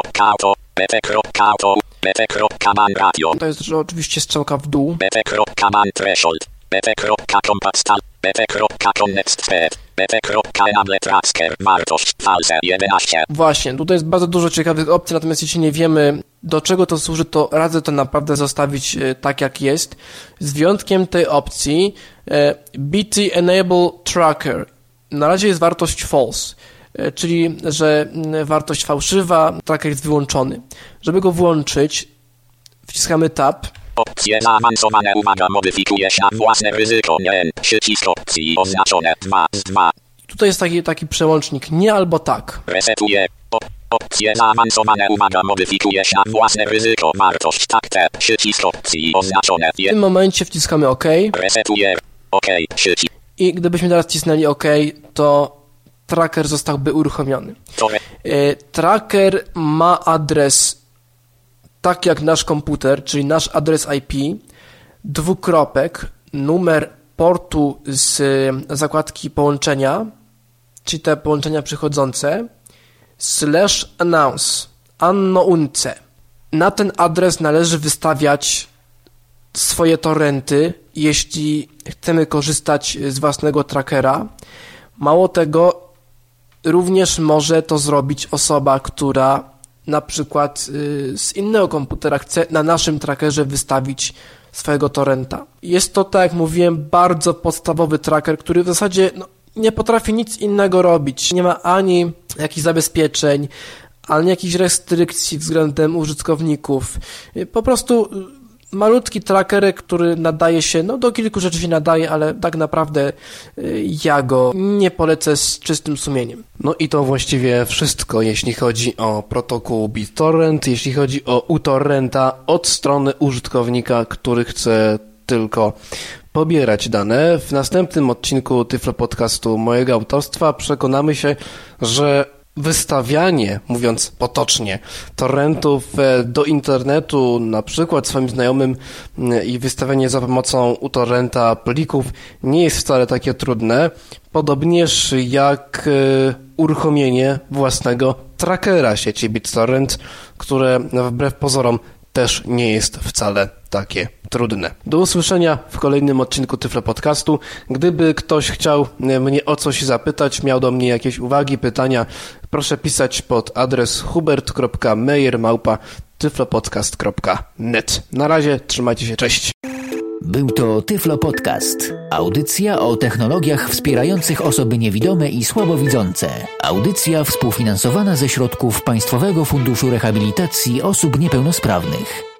To jest oczywiście strzałka w dół. BP.enable tracker, wartość false 11. Właśnie, tutaj jest bardzo dużo ciekawych opcji, natomiast jeśli nie wiemy, do czego to służy, to radzę to naprawdę zostawić tak, jak jest. Z wyjątkiem tej opcji BT Enable Tracker. Na razie jest wartość false, czyli że wartość fałszywa, tracker jest wyłączony. Żeby go włączyć, wciskamy Tab. Opcje zaawansowane, uwaga, modyfikuje się własne ryzyko, nie, przycisk opcji oznaczone 2 z 2. Tutaj jest taki przełącznik nie albo tak. Resetuje. Opcje zaawansowane, uwaga, modyfikuje się własne ryzyko, wartość tak, te, przycisk opcji oznaczone. W tym momencie wciskamy OK. Resetuje. OK, przycisk. I gdybyśmy teraz wcisnęli OK, to tracker zostałby uruchomiony. Tracker ma adres tak jak nasz komputer, czyli nasz adres IP, numer portu z zakładki połączenia, czyli te połączenia przychodzące, /announce. Na ten adres należy wystawiać swoje torrenty, jeśli chcemy korzystać z własnego trackera. Mało tego, również może to zrobić osoba, która na przykład z innego komputera chce na naszym trackerze wystawić swojego torrenta. Jest to, tak jak mówiłem, bardzo podstawowy tracker, który w zasadzie nie potrafi nic innego robić. Nie ma ani jakichś zabezpieczeń, ani jakichś restrykcji względem użytkowników. Po prostu malutki tracker, który nadaje się, do kilku rzeczy się nadaje, ale tak naprawdę ja go nie polecę z czystym sumieniem. No i to właściwie wszystko, jeśli chodzi o protokół BitTorrent, jeśli chodzi o uTorrenta od strony użytkownika, który chce tylko pobierać dane. W następnym odcinku Tyflo Podcastu mojego autorstwa przekonamy się, że wystawianie, mówiąc potocznie, torrentów do internetu, na przykład swoim znajomym i wystawianie za pomocą uTorrenta plików nie jest wcale takie trudne, podobnież jak uruchomienie własnego trackera sieci BitTorrent, które wbrew pozorom też nie jest wcale takie trudne. Do usłyszenia w kolejnym odcinku Tyflo Podcastu. Gdyby ktoś chciał mnie o coś zapytać, miał do mnie jakieś uwagi, pytania, proszę pisać pod adres hubert.meyer@tyflopodcast.net. Na razie, trzymajcie się, cześć. Był to Tyflo Podcast. Audycja o technologiach wspierających osoby niewidome i słabowidzące. Audycja współfinansowana ze środków Państwowego Funduszu Rehabilitacji Osób Niepełnosprawnych.